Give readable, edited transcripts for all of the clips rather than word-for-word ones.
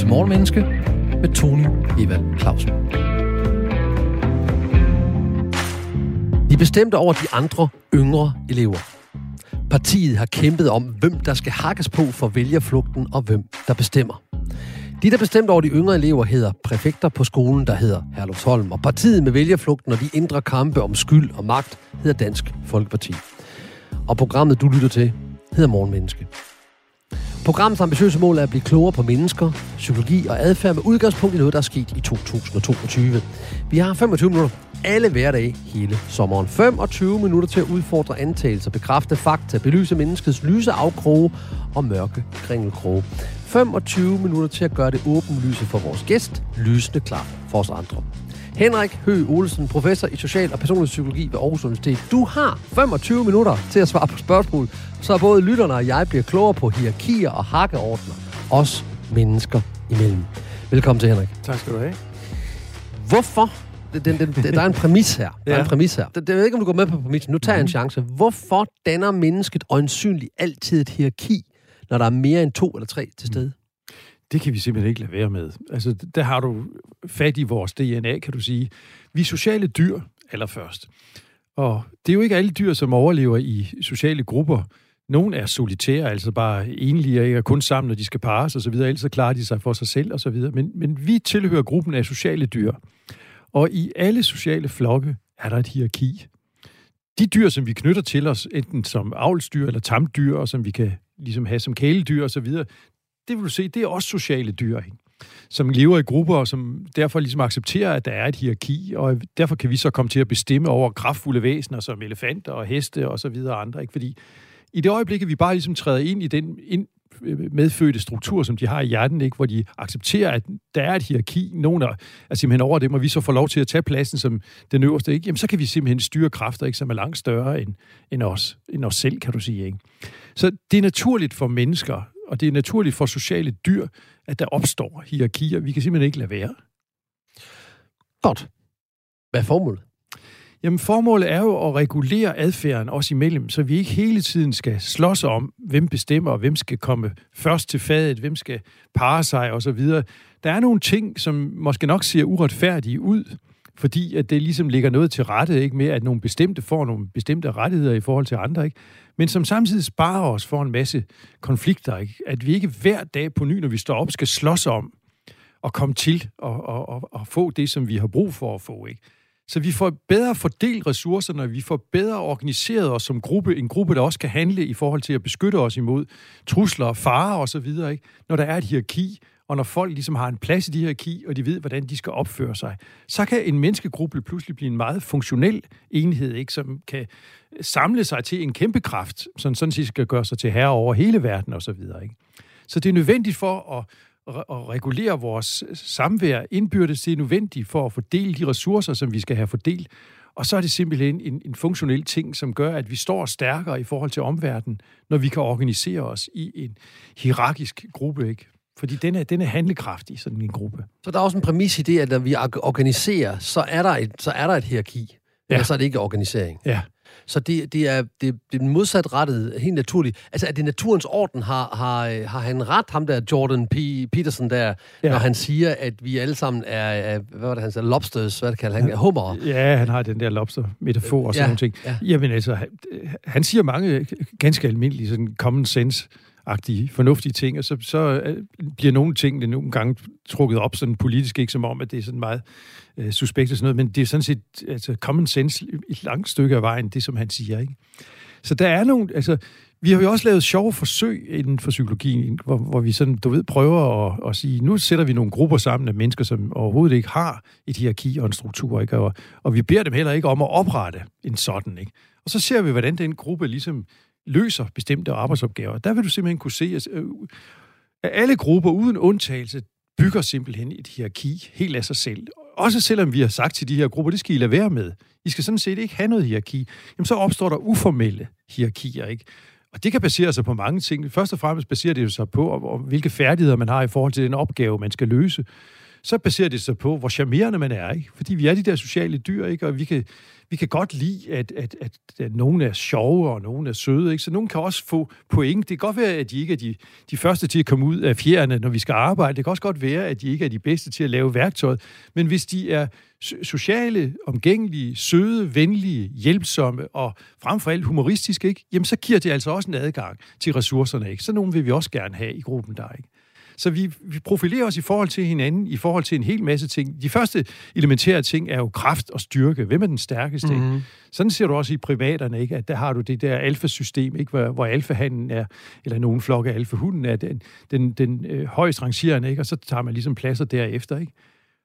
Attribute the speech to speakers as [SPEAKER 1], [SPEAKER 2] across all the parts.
[SPEAKER 1] til Morgenmenneske med Tony Evald Clausen. De bestemte over de andre yngre elever. Partiet har kæmpet om, hvem der skal hakkes på for vælgerflugten og hvem der bestemmer. De, der bestemte over de yngre elever, hedder præfekter på skolen, der hedder Herlufsholm. Og partiet med vælgerflugten og de indre kampe om skyld og magt hedder Dansk Folkeparti. Og programmet, du lytter til, hedder Morgenmenneske. Programmets ambitiøse mål er at blive klogere på mennesker, psykologi og adfærd med udgangspunkt i noget, der er sket i 2022. Vi har 25 minutter alle hverdage hele sommeren. 25 minutter til at udfordre antagelser, bekræfte fakta, belyse menneskets lyse afkroge og mørke kringelkroge. 25 minutter til at gøre det åbenlyse for vores gæst, lysende klart for os andre. Henrik Høgh Olesen, professor i social og personlig psykologi ved Aarhus Universitet. Du har 25 minutter til at svare på spørgsmål, så både lytterne og jeg bliver klogere på hierarkier og hakkeordner, os mennesker imellem. Velkommen til, Henrik.
[SPEAKER 2] Tak skal du have.
[SPEAKER 1] Hvorfor? Der er en præmis her. Der er en præmis her. Jeg ved ikke, om du går med på præmissen. Nu tager jeg en chance. Hvorfor danner mennesket øjensynligt altid et hierarki, når der er mere end 2 eller 3 til stede?
[SPEAKER 2] Det kan vi simpelthen ikke lade være med. Altså, der har du fat i vores DNA, kan du sige. Vi er sociale dyr allerførst. Og det er jo ikke alle dyr, som overlever i sociale grupper. Nogle er solitære, altså bare enlige og ikke er kun sammen, når de skal parres og så videre. Ellers så klarer de sig for sig selv og så videre. Men vi tilhører gruppen af sociale dyr. Og i alle sociale flokke er der et hierarki. De dyr, som vi knytter til os, enten som avlsdyr eller tamdyr, og som vi kan ligesom have som kæledyr og så videre, det vil du se, det er også sociale dyr, ikke? Som lever i grupper, og som derfor ligesom accepterer, at der er et hierarki, og derfor kan vi så komme til at bestemme over kraftfulde væsener, som elefanter og heste og så videre andre, ikke? Fordi i det øjeblik, at vi bare ligesom træder ind i den medfødte struktur, som de har i hjernen, ikke? Hvor de accepterer, at der er et hierarki, nogen er simpelthen over dem, og vi så får lov til at tage pladsen som den øverste, ikke? Jamen, så kan vi simpelthen styre kræfter, ikke? Som er langt større end os selv, kan du sige, ikke? Så det er naturligt for mennesker, og det er naturligt for sociale dyr, at der opstår hierarkier. Vi kan simpelthen ikke lade være.
[SPEAKER 1] Godt. Hvad er formålet?
[SPEAKER 2] Jamen, formålet er jo at regulere adfærden os imellem, så vi ikke hele tiden skal slås om, hvem bestemmer, hvem skal komme først til fadet, hvem skal parre sig osv. Der er nogle ting, som måske nok ser uretfærdige ud, fordi at det ligesom ligger noget til rette, ikke, med, at nogle bestemte får nogle bestemte rettigheder i forhold til andre, ikke? Men som samtidig sparer os for en masse konflikter, ikke? At vi ikke hver dag på ny, når vi står op, skal slås om at komme til og få det, som vi har brug for at få, ikke? Så vi får bedre fordelt ressourcerne, vi får bedre organiseret os som gruppe, en gruppe, der også kan handle i forhold til at beskytte os imod trusler, farer og så videre, ikke? Når der er et hierarki, og når folk ligesom har en plads i det hierarki, og de ved, hvordan de skal opføre sig, så kan en menneskegruppe pludselig blive en meget funktionel enhed, ikke? Som kan samle sig til en kæmpe kraft, som sådan set skal gøre sig til herre over hele verden og så videre, ikke? Så det er nødvendigt for at regulere vores samvær indbyrdes. Det er nødvendigt for at fordele de ressourcer, som vi skal have fordelt. Og så er det simpelthen en funktionel ting, som gør, at vi står stærkere i forhold til omverdenen, når vi kan organisere os i en hierarkisk gruppe, ikke? Fordi den er handlekraftig, sådan en gruppe.
[SPEAKER 1] Så der er også en præmis i det, at når vi organiserer, så er der et hierarki. Ja. Eller så er det ikke organisering.
[SPEAKER 2] Ja.
[SPEAKER 1] Så det er modsatrettet, helt naturligt. Altså, at det naturens orden har han ret, ham der Jordan Peterson der, ja, når han siger, at vi alle sammen er hvad var det, han sagde, lobsters, hvad det kalder han, hummer.
[SPEAKER 2] Ja, han har den der lobster-metafor og sådan nogle ting. Ja. Jamen altså, han siger mange ganske almindelige, sådan common sense-agtige, fornuftige ting, og så bliver nogle ting nogle gange trukket op sådan politisk, ikke som om, at det er sådan meget suspekt og sådan noget, men det er sådan set altså common sense et langt stykke af vejen, det som han siger, ikke? Så der er nogle, altså, vi har jo også lavet sjove forsøg inden for psykologien, hvor vi sådan, du ved, prøver at sige, nu sætter vi nogle grupper sammen af mennesker, som overhovedet ikke har et hierarki og en struktur, ikke? Og vi beder dem heller ikke om at oprette en sådan, ikke? Og så ser vi, hvordan den gruppe ligesom løser bestemte arbejdsopgaver. Der vil du simpelthen kunne se, at alle grupper uden undtagelse bygger simpelthen et hierarki helt af sig selv. Også selvom vi har sagt til de her grupper, det skal I lade være med. I skal sådan set ikke have noget hierarki. Jamen så opstår der uformelle hierarkier, ikke? Og det kan basere sig på mange ting. Først og fremmest baserer det sig på, hvilke færdigheder man har i forhold til den opgave, man skal løse. så baserer det sig på, hvor charmerende man er, ikke? Fordi vi er de der sociale dyr, ikke? Og vi kan godt lide, at nogen er sjove, og nogen er søde, ikke? Så nogen kan også få point. Det kan godt være, at de ikke er de første til at komme ud af fjerne, når vi skal arbejde. Det kan også godt være, at de ikke er de bedste til at lave værktøj. Men hvis de er sociale, omgængelige, søde, venlige, hjælpsomme og frem for alt humoristiske, ikke? Jamen, så giver det altså også en adgang til ressourcerne, ikke? Så nogen vil vi også gerne have i gruppen der, ikke? Så vi profilerer os i forhold til hinanden, i forhold til en hel masse ting. De første elementære ting er jo kraft og styrke. Hvem er den stærkeste? Mm-hmm. Sådan ser du også i privaterne, ikke? At der har du det der alfa-system, ikke? Hvor alfahannen er, eller nogen flokke af alfahunden er den højst rangerende, ikke? Og så tager man ligesom pladser derefter, ikke?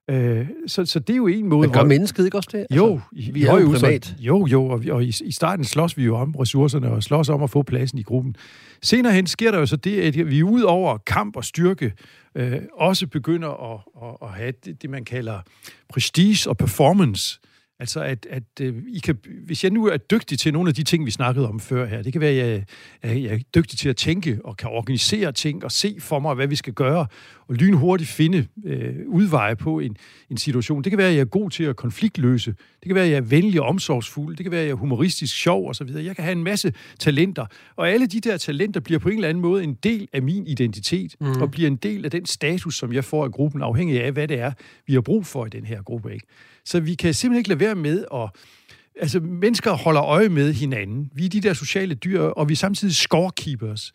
[SPEAKER 2] Så det er jo en måde...
[SPEAKER 1] Men gør mennesket ikke også det?
[SPEAKER 2] Jo,
[SPEAKER 1] altså, vi er jo privat.
[SPEAKER 2] Jo, og i starten slås vi jo om ressourcerne, og slås om at få pladsen i gruppen. Senere hen sker der jo så det, at vi ud over kamp og styrke også begynder at have det, man kalder prestige og performance. Altså, at I kan, hvis jeg nu er dygtig til nogle af de ting, vi snakkede om før her, det kan være, at jeg er dygtig til at tænke og kan organisere ting og se for mig, hvad vi skal gøre, og lynhurtigt finde udveje på en situation. Det kan være, at jeg er god til at konfliktløse. Det kan være, at jeg er venlig og omsorgsfuld. Det kan være, at jeg er humoristisk, sjov osv. Jeg kan have en masse talenter, og alle de der talenter bliver på en eller anden måde en del af min identitet, og bliver en del af den status, som jeg får af gruppen, afhængig af, hvad det er, vi har brug for i den her gruppe, ikke? Så vi kan simpelthen ikke lade være med at... Altså, mennesker holder øje med hinanden. Vi er de der sociale dyr, og vi er samtidig scorekeepers.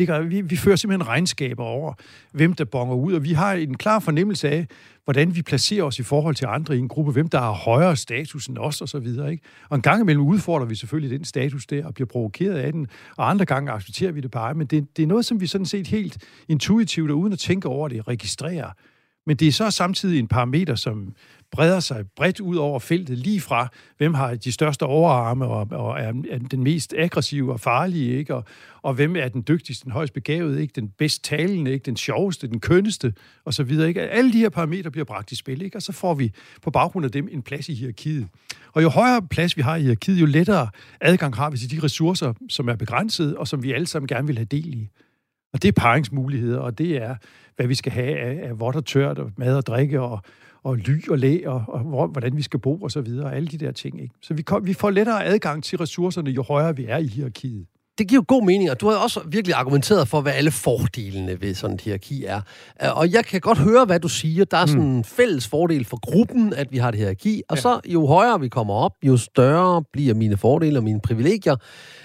[SPEAKER 2] Vi fører simpelthen regnskaber over, hvem der bonger ud, og vi har en klar fornemmelse af, hvordan vi placerer os i forhold til andre i en gruppe, hvem der har højere status end os, og så videre, ikke? Og en gang imellem udfordrer vi selvfølgelig den status der, og bliver provokeret af den, og andre gange accepterer vi det bare. Men det er noget, som vi sådan set helt intuitivt, og uden at tænke over det, registrerer. Men det er så samtidig en parameter, som breder sig bredt ud over feltet, lige fra, hvem har de største overarme og er den mest aggressive og farlige, ikke? Og hvem er den dygtigste, den højst begavede, ikke? Den bedst talende, ikke? Den sjoveste, den kønneste, og så videre, ikke? Alle de her parametre bliver bragt i spil, ikke? Og så får vi på baggrund af dem en plads i hierarkiet. Og jo højere plads vi har i hierarkiet, jo lettere adgang har vi til de ressourcer, som er begrænsede, og som vi alle sammen gerne vil have del i. Og det er paringsmuligheder, og det er, hvad vi skal have af vådt og tørt, og mad og drikke, og ly og læ, og hvordan vi skal bo, og så videre, alle de der ting, ikke? Så vi får lettere adgang til ressourcerne, jo højere vi er i hierarkiet.
[SPEAKER 1] Det giver jo god mening, og du har også virkelig argumenteret for, hvad alle fordelene ved sådan et hierarki er. Og jeg kan godt høre, hvad du siger. Der er sådan en fælles fordel for gruppen, at vi har et hierarki, og så jo højere vi kommer op, jo større bliver mine fordele og mine privilegier.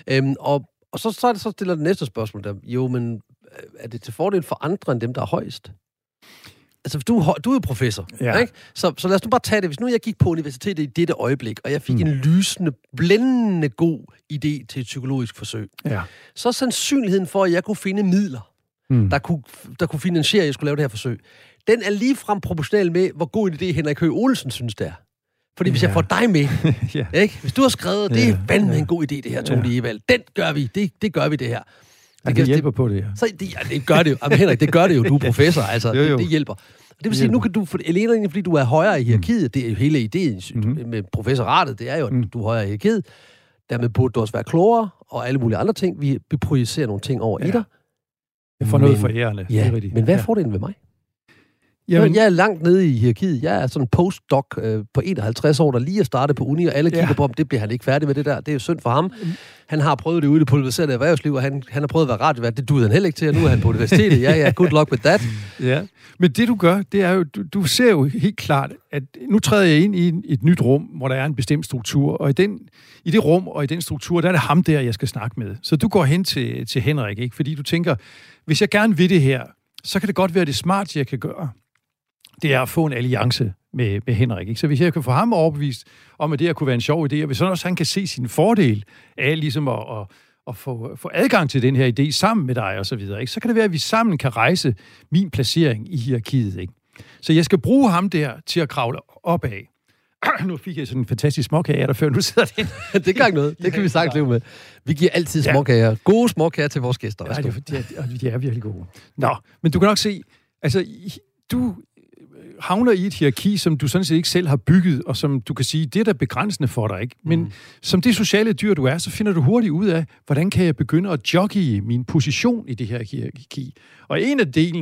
[SPEAKER 1] Og så stiller det næste spørgsmål der. Jo, men er det til fordel for andre end dem, der er højst? Altså, du er jo professor, ikke? Så lad os nu bare tage det. Hvis nu jeg gik på universitetet i dette øjeblik, og jeg fik en lysende, blændende god idé til et psykologisk forsøg, så sandsynligheden for, at jeg kunne finde midler, der kunne finansiere, at jeg skulle lave det her forsøg, den er ligefrem proportional med, hvor god en idé Henrik Høgh Olesen synes, det er. Fordi hvis jeg får dig med, ikke? Hvis du har skrevet, det er vanvittigt en god idé, det her, Tony Evald, den gør vi, det gør vi det her.
[SPEAKER 2] Det hjælper på det her.
[SPEAKER 1] Så det gør det jo. Men Henrik, det gør det jo. Du er professor, altså. Det hjælper. Det vil sige, nu kan du, alene fordi du er højere i hierarkiet, det er jo hele ideen med professoratet, det er jo, at du er højere i hierarkiet. Dermed burde du også være klogere, og alle mulige andre ting. Vi projicerer nogle ting over i dig.
[SPEAKER 2] Jeg får noget forærende.
[SPEAKER 1] Ja, men hvad er fordelen ved mig? Jamen, jeg er langt nede i hierarkiet. Jeg er sådan en postdoc på 51 år, der lige er startet på uni, og alle kigger på ham. Det bliver han ikke færdig med det der. Det er jo synd for ham. Han har prøvet det ude i det pulveriserede erhvervsliv, og han har prøvet at være radiovært. Det duede han heller ikke til, og nu er han på universitetet. Ja, good luck with that.
[SPEAKER 2] Ja, men det du gør, det er jo, du ser jo helt klart, at nu træder jeg ind i et nyt rum, hvor der er en bestemt struktur, og i det rum og i den struktur, der er det ham der, jeg skal snakke med. Så du går hen til Henrik, ikke? Fordi du tænker, hvis jeg gerne vil det her, så kan det godt være det smart, jeg kan gøre. Det er at få en alliance med Henrik, ikke? Så hvis jeg kan få ham overbevist om, at det her kunne være en sjov idé, og hvis også han kan se sin fordel af ligesom at få adgang til den her idé sammen med dig og så videre, ikke? Så kan det være, at vi sammen kan rejse min placering i hierarkiet, ikke? Så jeg skal bruge ham der til at kravle opad. Nu fik jeg sådan en fantastisk småkage af dig, før nu sidder det.
[SPEAKER 1] Det gør ikke noget. Det kan vi sagtens leve med. Vi giver altid småkager. Gode småkager til vores gæster.
[SPEAKER 2] Ja, de er virkelig gode. Nå, men du kan nok se, altså, du havner i et hierarki, som du sådan set ikke selv har bygget, og som du kan sige, det er da begrænsende for dig, ikke? Men som det sociale dyr, du er, så finder du hurtigt ud af, hvordan kan jeg begynde at jockey min position i det her hierarki. Og en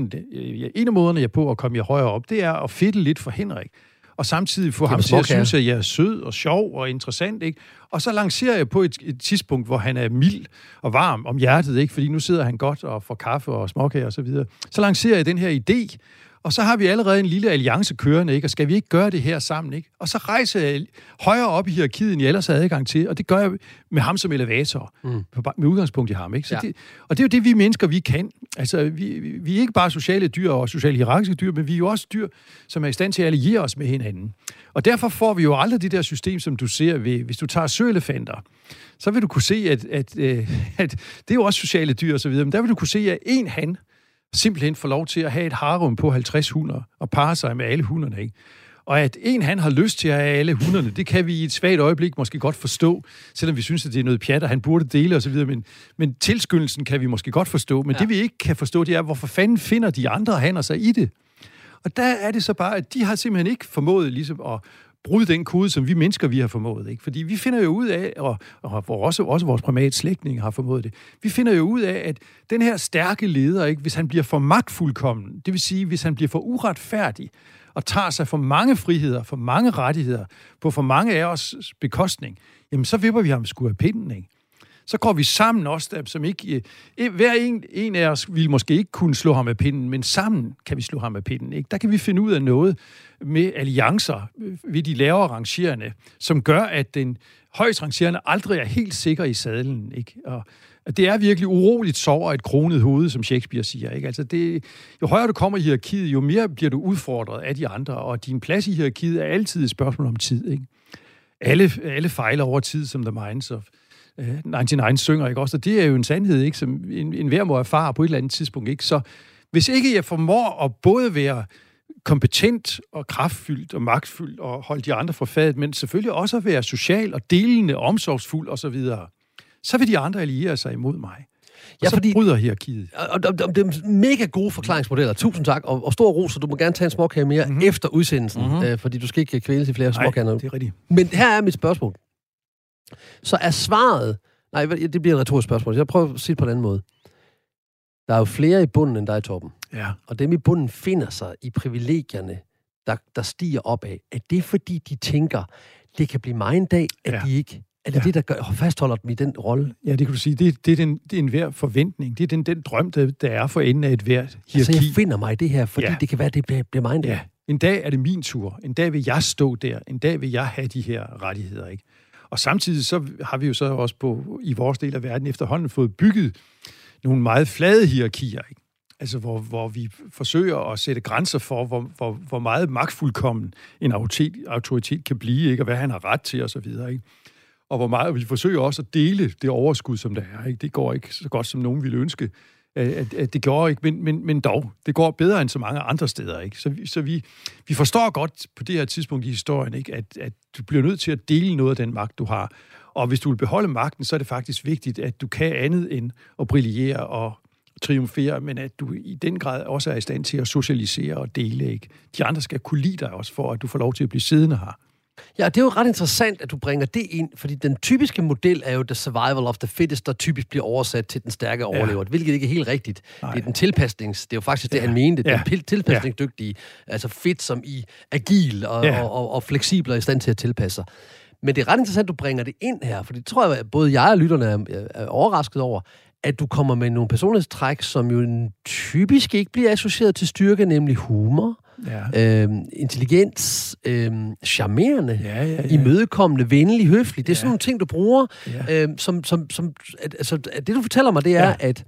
[SPEAKER 2] af måderne, jeg på at komme højere op, det er at fedte lidt for Henrik. Og samtidig få ham til at synes, at jeg er sød og sjov og interessant, ikke? Og så lancerer jeg på et tidspunkt, hvor han er mild og varm om hjertet, ikke? Fordi nu sidder han godt og får kaffe og småkager og så videre. Så lancerer jeg den her idé, og så har vi allerede en lille alliance kørende, ikke? Og skal vi ikke gøre det her sammen, ikke? Og så rejser jeg højere op i hierarkiet, end jeg ellers havde adgang til, og det gør jeg med ham som elevator, med udgangspunkt i ham, ikke? Så og det er jo det, vi mennesker, vi kan. Altså, vi er ikke bare sociale dyr og sociale hierarkiske dyr, men vi er jo også dyr, som er i stand til at alliere os med hinanden. Og derfor får vi jo aldrig det der system, som du ser ved, hvis du tager søelefanter, så vil du kunne se, at det er jo også sociale dyr og så videre, men der vil du kunne se, at en han simpelthen får lov til at have et harem på 50 hunder og parre sig med alle hunderne, ikke? Og at en han har lyst til at have alle hunderne, det kan vi i et svagt øjeblik måske godt forstå, selvom vi synes, at det er noget pjat, og han burde dele og så videre, men tilskyndelsen kan vi måske godt forstå, men det vi ikke kan forstå, det er, hvorfor fanden finder de andre hanner sig i det? Og der er det så bare, at de har simpelthen ikke formået ligesom at bryde den kode, som vi mennesker, vi har formået, ikke? Fordi vi finder jo ud af, og også vores primate slægtninge har formået det, vi finder jo ud af, at den her stærke leder, ikke, hvis han bliver for magtfuldkommen, det vil sige, hvis han bliver for uretfærdig, og tager sig for mange friheder, for mange rettigheder, på for mange af os bekostning, jamen så vipper vi ham sgu af pinden, ikke? Så går vi sammen også, der, som ikke... Hver en af os vil måske ikke kunne slå ham af pinden, men sammen kan vi slå ham af pinden, ikke? Der kan vi finde ud af noget med alliancer ved de lavere rangerende, som gør, at den højst rangerende aldrig er helt sikker i sadlen, ikke? Og det er virkelig uroligt sover et kronet hoved, som Shakespeare siger, ikke? Altså jo højere du kommer i hierarkiet, jo mere bliver du udfordret af de andre, og din plads i hierarkiet er altid et spørgsmål om tid, ikke? Alle fejler over tid, som The Minds of 99 synger, ikke også? Og det er jo en sandhed, ikke? Som en hver må erfare på et eller andet tidspunkt, ikke? Så hvis ikke jeg formår at både være kompetent og kraftfyldt og magtfyldt og holde de andre fra fadet, men selvfølgelig også at være social og delende, omsorgsfuld og så videre, så vil de andre alliere sig imod mig. Og så bryder hierarkiet.
[SPEAKER 1] Og det er mega gode forklaringsmodeller. Tusind tak. Og stor ros, så du må gerne tage en småkage mere efter udsendelsen, fordi du skal ikke kvæles i flere småkager.
[SPEAKER 2] Det er rigtigt.
[SPEAKER 1] Men her er mit spørgsmål. Så er svaret... Nej, det bliver et retorisk spørgsmål. Jeg prøver at sige det på en anden måde. Der er jo flere i bunden, end der er i toppen.
[SPEAKER 2] Ja.
[SPEAKER 1] Og dem i bunden finder sig i privilegierne, der stiger opad. Er det fordi, de tænker, det kan blive mig en dag, at de ikke... Er det det, der fastholder dem i den rolle?
[SPEAKER 2] Ja, det kan du sige. Det er en hver forventning. Det er den drøm, der er for enden af et hvert hierarki.
[SPEAKER 1] Så jeg finder mig i det her, fordi det kan være, det bliver mig en dag.
[SPEAKER 2] Ja. En dag er det min tur. En dag vil jeg stå der. En dag vil jeg have de her rettigheder, ikke? Og samtidig så har vi jo så også i vores del af verden efterhånden fået bygget nogle meget flade hierarkier, ikke? Altså hvor vi forsøger at sætte grænser for, hvor meget magtfuldkommen en autoritet kan blive, ikke? Og hvad han har ret til og så videre, ikke? Og hvor meget vi forsøger også at dele det overskud, som der er, ikke? Det går ikke så godt, som nogen ville ønske, at det går ikke, men dog, det går bedre end så mange andre steder, ikke? Så vi forstår godt på det her tidspunkt i historien, ikke? At du bliver nødt til at dele noget af den magt, du har. Og hvis du vil beholde magten, så er det faktisk vigtigt, at du kan andet end at brillere og triumfere, men at du i den grad også er i stand til at socialisere og dele, ikke? De andre skal kunne lide dig også, for at du får lov til at blive siddende her.
[SPEAKER 1] Ja, det er jo ret interessant, at du bringer det ind, fordi den typiske model er jo the survival of the fittest, der typisk bliver oversat til den stærke overlever, hvilket ikke er helt rigtigt. Nej. Det er den tilpasnings, det er jo faktisk det, han mente, den tilpasningsdygtige, altså fit som i agil og fleksibel og i stand til at tilpasse sig. Men det er ret interessant, at du bringer det ind her, for det tror jeg, at både jeg og lytterne er overrasket over, at du kommer med nogle personlighedstræk, som jo typisk ikke bliver associeret til styrke, nemlig humor, intelligens, charmerende, imødekommende, venlig, høflig. Det er sådan nogle ting, du bruger, altså, det du fortæller mig, det er, at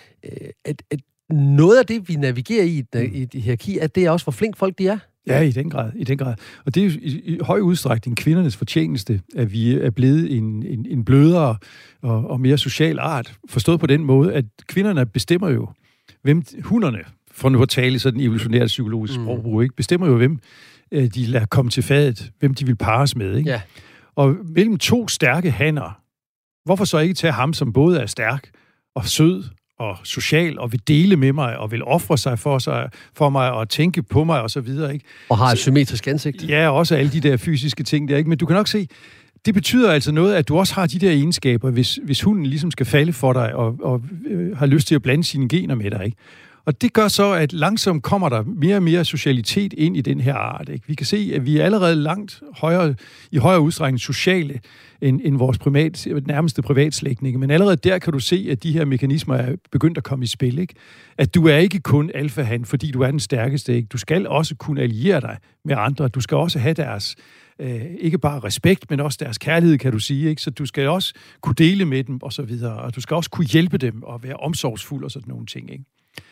[SPEAKER 1] noget af det, vi navigerer i et hierarki, at det er også, hvor flink folk de er.
[SPEAKER 2] Ja, i den grad. Og det er jo i høj udstrækning kvindernes fortjeneste, at vi er blevet en blødere og mere social art. Forstået på den måde, at kvinderne bestemmer jo, hvem hunderne, for nu at tale sådan evolutionært psykologisk sprogbrug, ikke, bestemmer jo, hvem de lader komme til fadet, hvem de vil parres med, ikke? Ja. Og mellem to stærke hanner, hvorfor så ikke tage ham, som både er stærk og sød og social, og vil dele med mig, og vil ofre sig for mig, og tænke på mig, og så videre, ikke?
[SPEAKER 1] Og har et symmetrisk ansigt.
[SPEAKER 2] Ja, også alle de der fysiske ting der, ikke? Men du kan nok se, det betyder altså noget, at du også har de der egenskaber, hvis hunden ligesom skal falde for dig, og har lyst til at blande sine gener med dig, ikke? Og det gør så, at langsomt kommer der mere og mere socialitet ind i den her art, ikke? Vi kan se, at vi er allerede langt i højere udstrækning sociale end vores nærmeste privatslægtninge. Men allerede der kan du se, at de her mekanismer er begyndt at komme i spil, ikke? At du er ikke kun alfahan, fordi du er den stærkeste, ikke? Du skal også kunne alliere dig med andre. Du skal også have deres ikke bare respekt, men også deres kærlighed, kan du sige, ikke? Så du skal også kunne dele med dem, og så videre. Og du skal også kunne hjælpe dem og være omsorgsfuld og sådan nogle ting, ikke?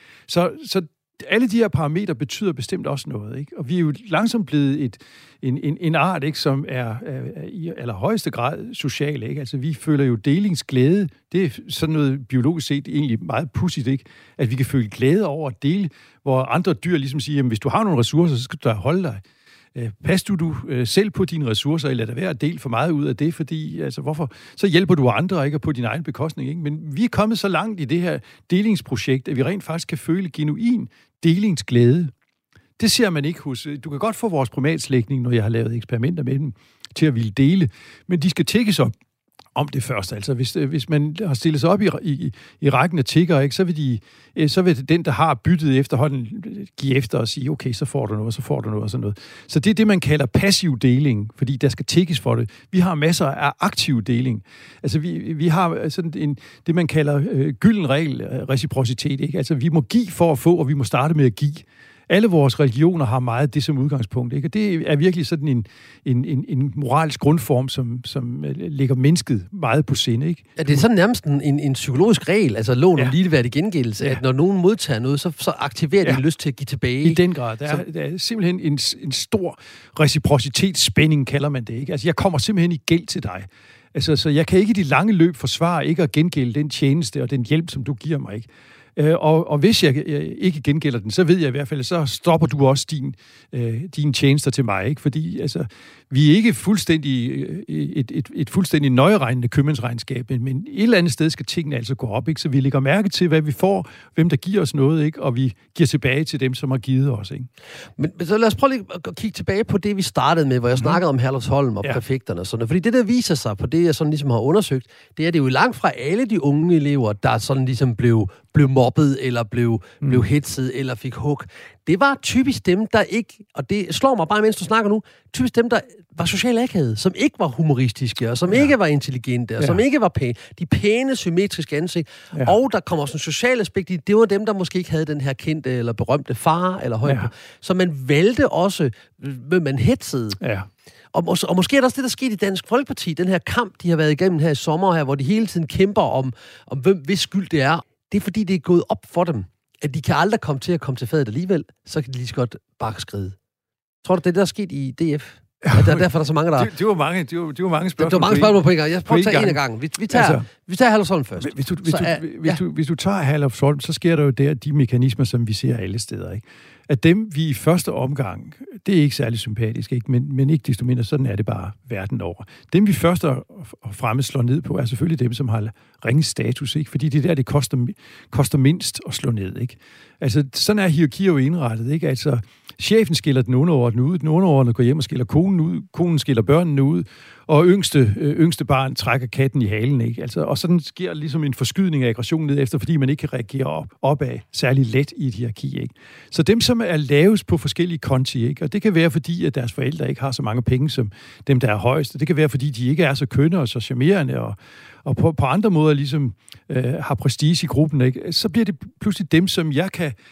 [SPEAKER 2] Så alle de her parametre betyder bestemt også noget, ikke? Og vi er jo langsomt blevet en art, ikke, som er i allerhøjeste grad social, ikke? Altså, vi føler jo delingsglæde. Det er sådan noget biologisk set egentlig meget pudsigt, ikke? At vi kan føle glæde over at dele, hvor andre dyr ligesom siger, jamen, hvis du har nogle ressourcer, så skal du da holde dig. Pas du selv på dine ressourcer, eller lad dig være at dele for meget ud af det, fordi altså, hvorfor? Så hjælper du andre ikke på din egen bekostning, ikke? Men vi er kommet så langt i det her delingsprojekt, at vi rent faktisk kan føle genuin delingsglæde. Det ser man ikke hos... Du kan godt få vores primatslægtning, når jeg har lavet eksperimenter med dem, til at ville dele, men de skal tækkes op om det først. Altså, hvis man har stillet sig op i rækken af tiggere, ikke, så vil den, der har byttet efterhånden, give efter og sige, okay, så får du noget, så får du noget, og sådan noget. Så det er det, man kalder passiv deling, fordi der skal tækkes for det. Vi har masser af aktiv deling. Altså, vi har sådan det, man kalder gylden regel, reciprocitet, ikke? Altså, vi må give for at få, og vi må starte med at give. Alle vores religioner har meget det som udgangspunkt, ikke? Og det er virkelig sådan en moralsk grundform, som ligger mennesket meget på sinde, ikke?
[SPEAKER 1] Ja, det er sådan nærmest en psykologisk regel, altså loven om ligeværdig gengældelse, at når nogen modtager noget, så aktiverer de en lyst til at give tilbage.
[SPEAKER 2] I den grad. Der er simpelthen en stor reciprocitetsspænding, kalder man det, ikke? Altså, jeg kommer simpelthen i gæld til dig. Altså, så jeg kan ikke i de lange løb forsvare ikke at gengælde den tjeneste og den hjælp, som du giver mig, ikke? Og hvis jeg ikke gengælder den, så ved jeg i hvert fald, så stopper du også dine tjenester til mig, ikke? Fordi altså, vi er ikke et fuldstændig nøjeregnende købmandsregnskab, men et eller andet sted skal tingene altså gå op, ikke? Så vi lægger mærke til, hvad vi får, hvem der giver os noget, ikke? Og vi giver tilbage til dem, som har givet os, ikke?
[SPEAKER 1] Men så lad os prøve lige at kigge tilbage på det, vi startede med, hvor jeg snakkede om Herlufsholm og præfekterne og sådan noget. Fordi det, der viser sig på det, jeg sådan ligesom har undersøgt, det er jo langt fra alle de unge elever, der sådan ligesom blev mobbet, eller blev hetzet, eller fik hug. Det var typisk dem, der ikke, og det slår mig bare, mens du snakker nu, typisk dem, der var socialt akavede, som ikke var humoristiske, og som ikke var intelligente, og som ikke var pæne. De pæne, symmetriske ansigt. Ja. Og der kommer også en social aspekt i, det var dem, der måske ikke havde den her kendte, eller berømte far, eller højde. Ja. Så man valgte også, hvem man hetzede. Ja. Og måske er der også det, der skete i Dansk Folkeparti, den her kamp, de har været igennem her i sommer her, hvor de hele tiden kæmper om hvis skyld det er. Det er fordi, det er gået op for dem, at de kan aldrig komme til fadet alligevel, så kan de lige så godt bare skride. Tror du, det er det, der er sket i DF? At derfor er der så mange, der...
[SPEAKER 2] Det var mange spørgsmål.
[SPEAKER 1] Det var mange spørgsmål på en gang. Jeg prøver at tage en af gangen. Vi tager Herlufsholm først.
[SPEAKER 2] Hvis du tager Herlufsholm, så sker der jo der de mekanismer, som vi ser alle steder, ikke? At dem, vi i første omgang, det er ikke særlig sympatisk, ikke? Men ikke desto mindre, sådan er det bare verden over. Dem, vi først og fremmest slår ned på, er selvfølgelig dem, som har ringe status, ikke? Fordi det er der, det koster mindst at slå ned, ikke? Altså, sådan er hierarkier jo indrettet, ikke? Altså, chefen skiller den underordnede ud, den underordnede går hjem og skiller konen ud, konen skiller børnene ud, og yngste barn trækker katten i halen, ikke? Altså, og sådan sker ligesom en forskydning af aggression ned efter, fordi man ikke kan reagere opad særlig let i et hierarki, ikke? Så dem, som er lavest på forskellige konti, ikke? Og det kan være, fordi at deres forældre ikke har så mange penge som dem, der er højst. Det kan være, fordi de ikke er så kønne og så charmerende, og på andre måder ligesom har prestige i gruppen, ikke? Så bliver det pludselig dem, som jeg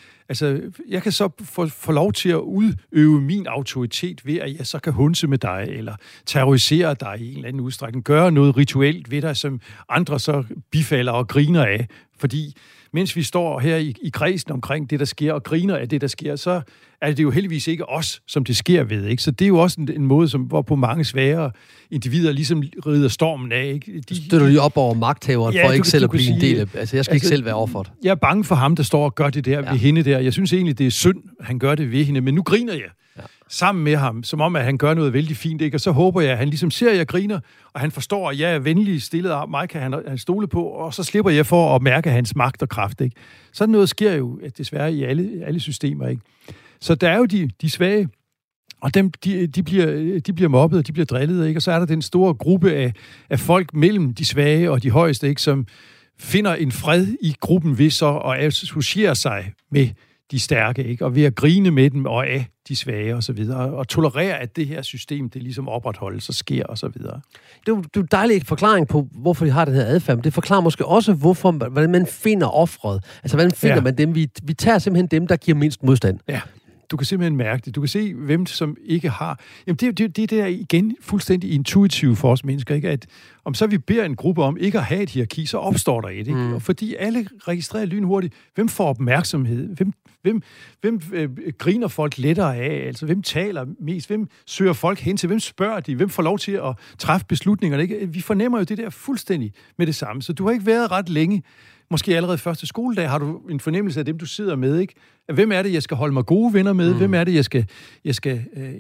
[SPEAKER 2] kan så få lov til at udøve min autoritet ved, at jeg så kan hunse med dig, eller terrorisere dig i en eller anden udstrækning, gøre noget rituelt ved dig, som andre så bifalder og griner af. Fordi mens vi står her i kredsen omkring det, der sker, og griner af det, der sker, så er det jo heldigvis ikke os, som det sker ved, ikke? Så det er jo også en måde, hvorpå mange svære individer ligesom rider stormen af, ikke?
[SPEAKER 1] Støtter de op over magthaveren for ikke selv at blive en del af... Altså, jeg skal ikke selv være offeret.
[SPEAKER 2] Jeg er bange for ham, der står og gør det der ved hende der. Jeg synes egentlig, det er synd, han gør det ved hende, men nu griner jeg. Ja. sammen med ham, som om, at han gør noget vældig fint, ikke? Og så håber jeg, at han ligesom ser, at jeg griner, og han forstår, at jeg er venlig stillet af mig, kan han stole på, og så slipper jeg for at mærke hans magt og kraft, ikke? Sådan noget sker jo desværre i alle systemer, ikke? Så der er jo de svage, og de bliver mobbet, og de bliver drillet, ikke? Og så er der den store gruppe af folk mellem de svage og de højeste, ikke? Som finder en fred i gruppen ved så at associere sig med de stærke, ikke? Og ved at grine med dem og af de svage og så videre, og tolerere, at det her system, det ligesom opretholdes og sker og så videre.
[SPEAKER 1] Det er jo en dejlig forklaring på, hvorfor de har den her adfærd, men det forklarer måske også, hvordan man finder offeret. Altså, hvordan finder man dem? Vi tager simpelthen dem, der giver mindst modstand.
[SPEAKER 2] Ja. Du kan simpelthen mærke det. Du kan se, hvem som ikke har... Jamen, det er igen fuldstændig intuitivt for os mennesker, ikke? At om så vi beder en gruppe om ikke at have et hierarki, så opstår der et, ikke? Og fordi alle registrerer lynhurtigt, hvem får opmærksomhed? Hvem griner folk lettere af? Altså, hvem taler mest? Hvem søger folk hen til? Hvem spørger de? Hvem får lov til at træffe beslutninger? Ikke? Vi fornemmer jo det der fuldstændig med det samme. Så du har ikke været ret længe. Måske allerede første skoledag har du en fornemmelse af dem, du sidder med, ikke? Hvem er det, jeg skal holde mig gode venner med? Hvem er det, jeg skal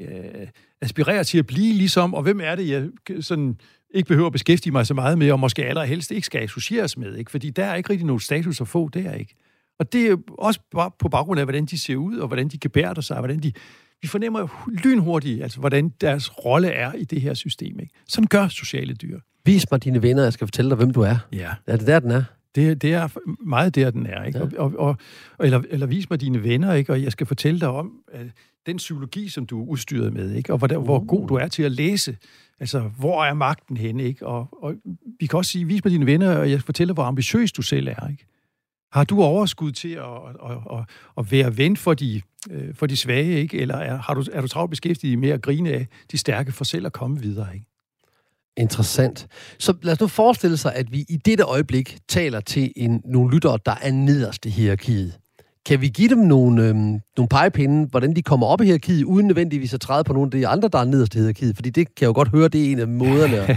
[SPEAKER 2] aspirere til at blive ligesom? Og hvem er det, jeg sådan ikke behøver at beskæftige mig så meget med, og måske allerhelst ikke skal associeres med, ikke? Fordi der er ikke rigtig nogen status at få, der, ikke? Og det er også bare på baggrund af, hvordan de ser ud, og hvordan de gebærder sig, hvordan vi fornemmer jo lynhurtigt, altså hvordan deres rolle er i det her system, ikke? Sådan gør sociale dyr. Vis
[SPEAKER 1] mig dine venner, jeg skal fortælle dig, hvem du er.
[SPEAKER 2] Ja.
[SPEAKER 1] Er det der, den er?
[SPEAKER 2] Det er meget der, den er, ikke? Ja. Eller vis mig dine venner, ikke? Og jeg skal fortælle dig om den psykologi, som du er udstyret med, ikke? Og hvor god du er til at læse. Altså, hvor er magten henne, ikke? Og vi kan også sige, vis mig dine venner, og jeg fortæller, hvor ambitiøs du selv er, ikke? Har du overskud til at være ven for de svage, ikke? Eller er du travlt beskæftiget med at grine af de stærke for selv at komme videre, ikke?
[SPEAKER 1] Interessant. Så lad os nu forestille sig, at vi i dette øjeblik taler til nogle lyttere, der er nederst i hierarkiet. Kan vi give dem nogle pegepinde, hvordan de kommer op i hierarkiet, uden nødvendigvis at træde på nogle af de andre, der er nederst i hierarkiet? Fordi det kan jeg jo godt høre, det er en af måderne.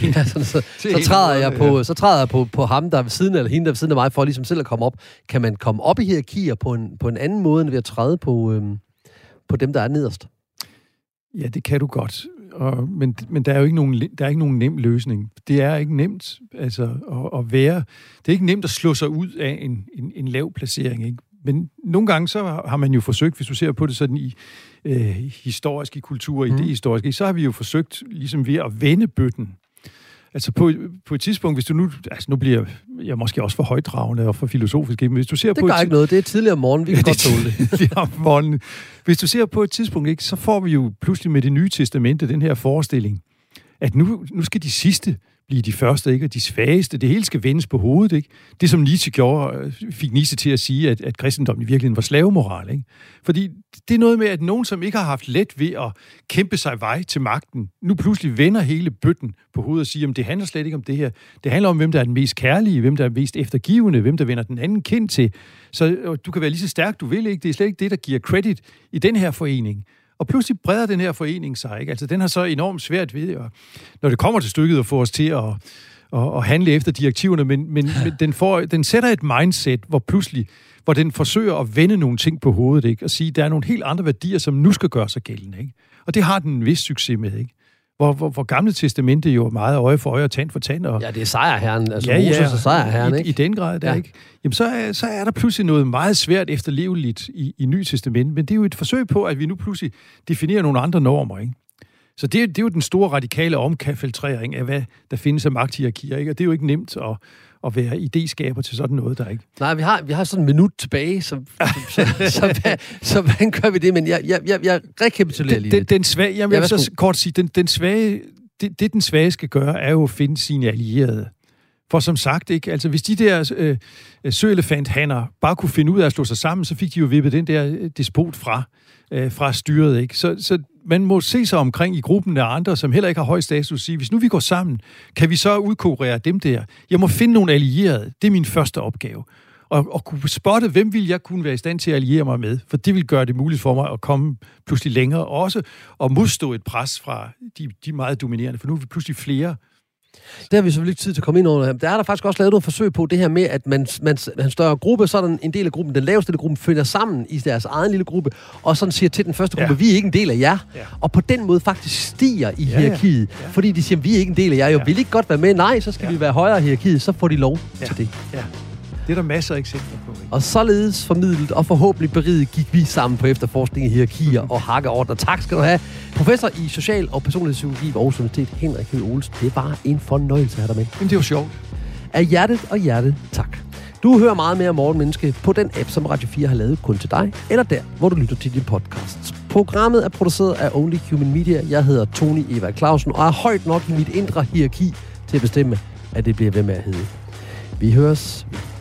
[SPEAKER 1] Så træder jeg på ham, der er ved siden af, eller hende, der er ved siden af mig, for ligesom selv at komme op. Kan man komme op i hierarkier på en anden måde, end ved at træde på dem, der er nederst?
[SPEAKER 2] Ja, det kan du godt. Men der er jo ikke nogen nem løsning. Det er ikke nemt altså, at være. Det er ikke nemt at slå sig ud af en lav placering, ikke? Men nogle gange så har man jo forsøgt, hvis du ser på det sådan i historiske kulturer, idehistoriske, så har vi jo forsøgt ligesom ved at vende bøtten. Altså på et tidspunkt, hvis du nu... Altså nu bliver jeg måske også for højtdragende og for filosofisk, men hvis du ser
[SPEAKER 1] det gør ikke noget, det er tidligere om morgenen, vi kan godt tåle det.
[SPEAKER 2] Om morgenen. Hvis du ser på et tidspunkt, ikke, så får vi jo pludselig med det nye testamente den her forestilling, at nu skal de sidste blive de første, ikke? Og de svageste. Det hele skal vendes på hovedet, ikke? Det, som Nietzsche gjorde, fik Nietzsche til at sige, at kristendommen i virkeligheden var slavemoral, ikke? Fordi det er noget med, at nogen, som ikke har haft let ved at kæmpe sig vej til magten, nu pludselig vender hele bøtten på hovedet og siger, at det handler slet ikke om det her. Det handler om, hvem der er den mest kærlige, hvem der er mest eftergivende, hvem der vender den anden kind til. Så du kan være lige så stærk, du vil, ikke? Det er slet ikke det, der giver credit i den her forening. Og pludselig breder den her forening sig, ikke? Altså, den har så enormt svært ved, når det kommer til stykket, at få os til at handle efter direktiverne, men den sætter et mindset, hvor den forsøger at vende nogle ting på hovedet, ikke? Og sige, at der er nogle helt andre værdier, som nu skal gøre sig gældende, ikke? Og det har den en vis succes med, ikke? Hvor Gamle Testamente jo er meget øje for øje og tand for tand. Og,
[SPEAKER 1] ja, det er sejrherren. Altså, Moses er sejrherren, ikke?
[SPEAKER 2] I den grad, der, ikke? Jamen, så er der pludselig noget meget svært efterleveligt i Nye Testamente, men det er jo et forsøg på, at vi nu pludselig definerer nogle andre normer, ikke? Så det er jo den store radikale omkafiltrering af, hvad der findes af magthierarkier, ikke? Og det er jo ikke nemt at være idéskaber til sådan noget, der ikke.
[SPEAKER 1] Nej, vi har sådan en minut tilbage, så hvordan gør vi det? Men jeg rekapitulerer lige lidt.
[SPEAKER 2] Den svage, jeg vil så kort sige, den svage, det den svage skal gøre, er jo at finde sine allierede. For som sagt, ikke, altså hvis de der søelefanthanner bare kunne finde ud af at slå sig sammen, så fik de jo vippet den der despot fra styret, ikke? Så man må se sig omkring i gruppen af andre, som heller ikke har høj status, og sige, hvis nu vi går sammen, kan vi så udkonkurrere dem der? Jeg må finde nogle allierede. Det er min første opgave. Og kunne spotte, hvem vil jeg kunne være i stand til at alliere mig med, for det vil gøre det muligt for mig at komme pludselig længere, og også at modstå et pres fra de meget dominerende, for nu er vi pludselig flere.
[SPEAKER 1] Det har vi selvfølgelig ikke tid til at komme ind over. Der er der faktisk også lavet nogle forsøg på det her med, at man en større gruppe, så er der en del af gruppen, den laveste del af gruppen, finder sammen i deres egen lille gruppe, og sådan siger til den første gruppe, vi er ikke en del af jer. Ja. Og på den måde faktisk stiger i hierarkiet, fordi de siger, vi er ikke en del af jer. Jo, vil ikke godt være med? Nej, så skal vi være højere i hierarkiet, så får de lov til det.
[SPEAKER 2] Ja. Det er der masser af eksempler på. Ikke?
[SPEAKER 1] Og således formidlet og forhåbentlig beriget gik vi sammen på efterforskning i hierarkier og hakkeordner. Tak skal du have. Professor i social- og personlighedspsykologi ved Aarhus Universitet, Henrik Høgh Olesen. Det var en fornøjelse at have dig med.
[SPEAKER 2] Men det var sjovt.
[SPEAKER 1] Af hjertet og hjertet, tak. Du hører meget mere om Morgenmenneske på den app, som Radio 4 har lavet kun til dig, eller der, hvor du lytter til din podcasts. Programmet er produceret af Only Human Media. Jeg hedder Tony Eva Clausen og er højt nok i mit indre hierarki til at bestemme, at det bliver ved med at hedde. Vi høres.